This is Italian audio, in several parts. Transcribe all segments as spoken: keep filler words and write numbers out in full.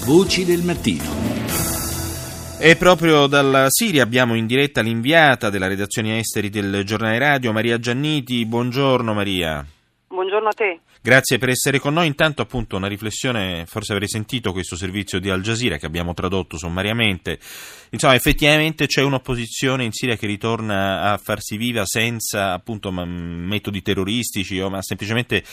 Voci del mattino. E proprio dalla Siria abbiamo in diretta l'inviata della redazione esteri del giornale radio, Maria Gianniti. Buongiorno Maria. Buongiorno a te. Grazie per essere con noi. Intanto appunto una riflessione, forse avrei sentito questo servizio di Al Jazeera che abbiamo tradotto sommariamente. Insomma, effettivamente c'è un'opposizione in Siria che ritorna a farsi viva senza appunto metodi terroristici, ma semplicemente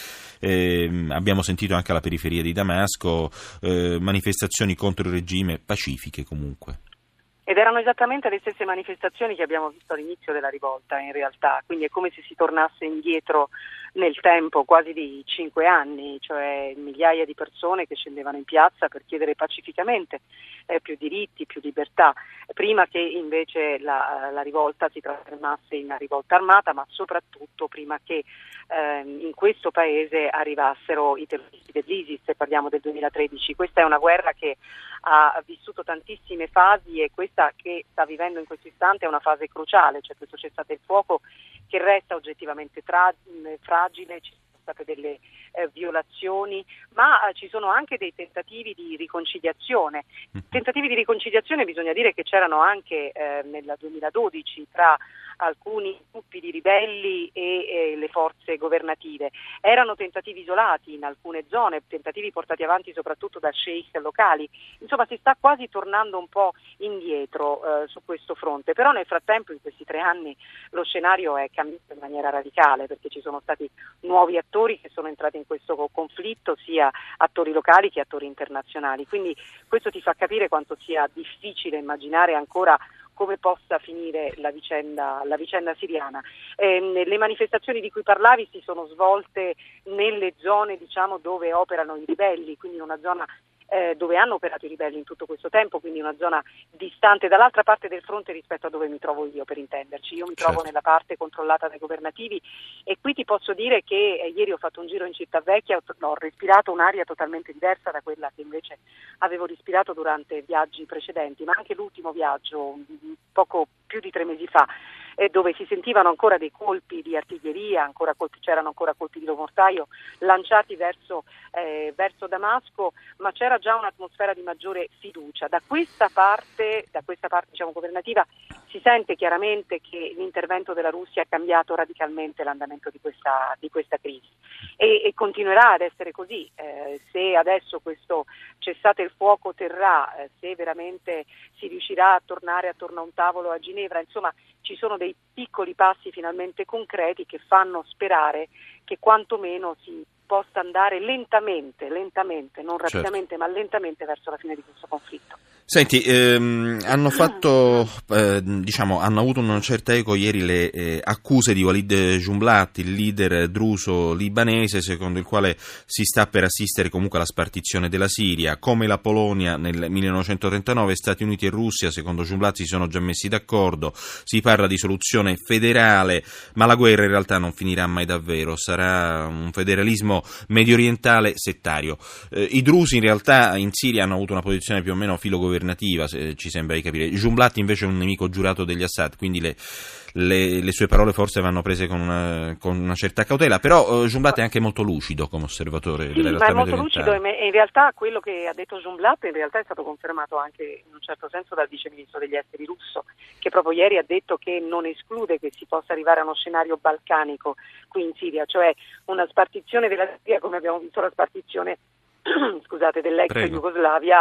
eh, abbiamo sentito anche alla periferia di Damasco eh, manifestazioni contro il regime pacifiche comunque. Ed erano esattamente le stesse manifestazioni che abbiamo visto all'inizio della rivolta, in realtà, quindi è come se si tornasse indietro nel tempo quasi di cinque anni, cioè migliaia di persone che scendevano in piazza per chiedere pacificamente eh, più diritti, più libertà, prima che invece la, la rivolta si trasformasse in una rivolta armata, ma soprattutto prima che eh, in questo paese arrivassero i terroristi dell'ISIS, se parliamo del duemilatredici. Questa è una guerra che ha vissuto tantissime fasi e questa che sta vivendo in questo istante è una fase cruciale, cioè questo cessate il fuoco che resta oggettivamente tra, fragile, ci sono state delle eh, violazioni, ma eh, ci sono anche dei tentativi di riconciliazione. Tentativi di riconciliazione bisogna dire che c'erano anche eh, nel duemiladodici tra alcuni gruppi di ribelli e, e le forze governative. Erano tentativi isolati in alcune zone, tentativi portati avanti soprattutto da sheikh locali. Insomma, si sta quasi tornando un po' indietro eh, su questo fronte, però nel frattempo in questi tre anni lo scenario è cambiato in maniera radicale, perché ci sono stati nuovi attori che sono entrati in questo conflitto, sia attori locali che attori internazionali. Quindi questo ti fa capire quanto sia difficile immaginare ancora come possa finire la vicenda, la vicenda siriana. Eh, le manifestazioni di cui parlavi si sono svolte nelle zone, diciamo, dove operano i ribelli, quindi in una zona eh, dove hanno operato i ribelli in tutto questo tempo, quindi una zona distante dall'altra parte del fronte rispetto a dove mi trovo io, per intenderci. Io mi trovo certo. nella parte controllata dai governativi e qui ti posso dire che eh, ieri ho fatto un giro in Città Vecchia, ho, ho respirato un'aria totalmente diversa da quella che invece avevo respirato durante viaggi precedenti, ma anche l'ultimo viaggio, poco più di tre mesi fa, eh, dove si sentivano ancora dei colpi di artiglieria, ancora colpi, c'erano ancora colpi di mortaio lanciati verso, eh, verso Damasco, ma c'era già un'atmosfera di maggiore fiducia. Da questa parte, da questa parte diciamo governativa, si sente chiaramente che l'intervento della Russia ha cambiato radicalmente l'andamento di questa, di questa crisi e, e continuerà ad essere così. Eh, se adesso questo cessate il fuoco terrà, eh, se veramente si riuscirà a tornare attorno a un tavolo a Ginevra, insomma ci sono dei piccoli passi finalmente concreti che fanno sperare che quantomeno si possa andare lentamente, lentamente, non rapidamente, certo. ma lentamente verso la fine di questo conflitto. Senti, ehm, hanno fatto, eh, diciamo, hanno avuto una certa eco ieri le eh, accuse di Walid Jumblat, il leader druso libanese, secondo il quale si sta per assistere comunque alla spartizione della Siria. Come la Polonia nel millenovecentotrentanove, Stati Uniti e Russia, secondo Jumblat, si sono già messi d'accordo. Si parla di soluzione federale, ma la guerra in realtà non finirà mai davvero. Sarà un federalismo medio orientale settario. Eh, I drusi in realtà in Siria hanno avuto una posizione più o meno filogovernativa, se ci sembra di capire. Jumblat invece è un nemico giurato degli Assad, quindi le, le, le sue parole forse vanno prese con una, con una certa cautela, però uh, Jumblat è anche molto lucido come osservatore sì, della realtà ma è molto lucido e in realtà quello che ha detto Jumblat in realtà è stato confermato anche in un certo senso dal vice ministro degli esteri russo, che proprio ieri ha detto che non esclude che si possa arrivare a uno scenario balcanico qui in Siria, cioè una spartizione della Siria come abbiamo visto la spartizione scusate, dell'ex Prego. Jugoslavia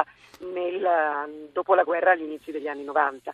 nel, dopo la guerra agli inizi degli anni novanta.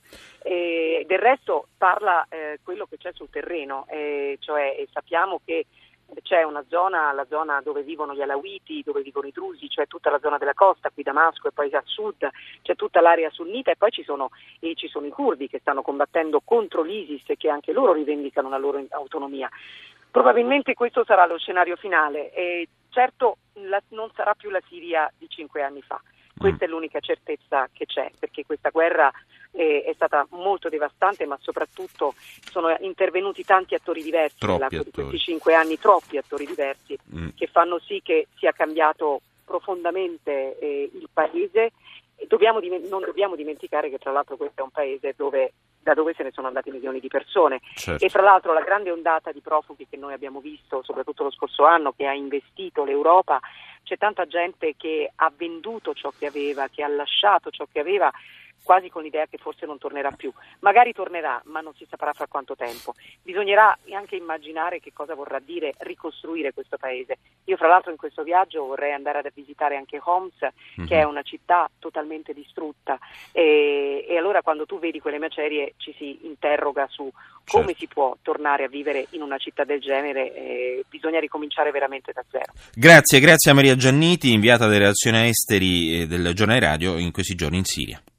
E del resto parla eh, quello che c'è sul terreno, eh, cioè e sappiamo che c'è una zona, la zona dove vivono gli alawiti, dove vivono i drusi, cioè tutta la zona della costa, qui Damasco e poi a sud c'è tutta l'area sunnita e poi ci sono, e ci sono i curdi che stanno combattendo contro l'ISIS e che anche loro rivendicano la loro autonomia. Probabilmente questo sarà lo scenario finale e certo la, non sarà più la Siria di cinque anni fa. Questa è l'unica certezza che c'è, perché questa guerra eh, è stata molto devastante, ma soprattutto sono intervenuti tanti attori diversi nell'arco di questi cinque anni, troppi attori diversi, mm. che fanno sì che sia cambiato profondamente eh, il paese. E dobbiamo, non dobbiamo dimenticare che tra l'altro questo è un paese dove da dove se ne sono andati milioni di persone. Certo. E fra l'altro la grande ondata di profughi che noi abbiamo visto, soprattutto lo scorso anno, che ha investito l'Europa, c'è tanta gente che ha venduto ciò che aveva, che ha lasciato ciò che aveva, quasi con l'idea che forse non tornerà più. Magari tornerà, ma non si saprà fra quanto tempo. Bisognerà anche immaginare che cosa vorrà dire ricostruire questo paese. Io fra l'altro in questo viaggio vorrei andare a visitare anche Homs, mm-hmm. che è una città totalmente distrutta, e, e allora quando tu vedi quelle macerie ci si interroga su come certo. si può tornare a vivere in una città del genere. Eh, bisogna ricominciare veramente da zero. Grazie, grazie a Maria Gianniti, inviata delle relazioni esteri del Giornale Radio in questi giorni in Siria.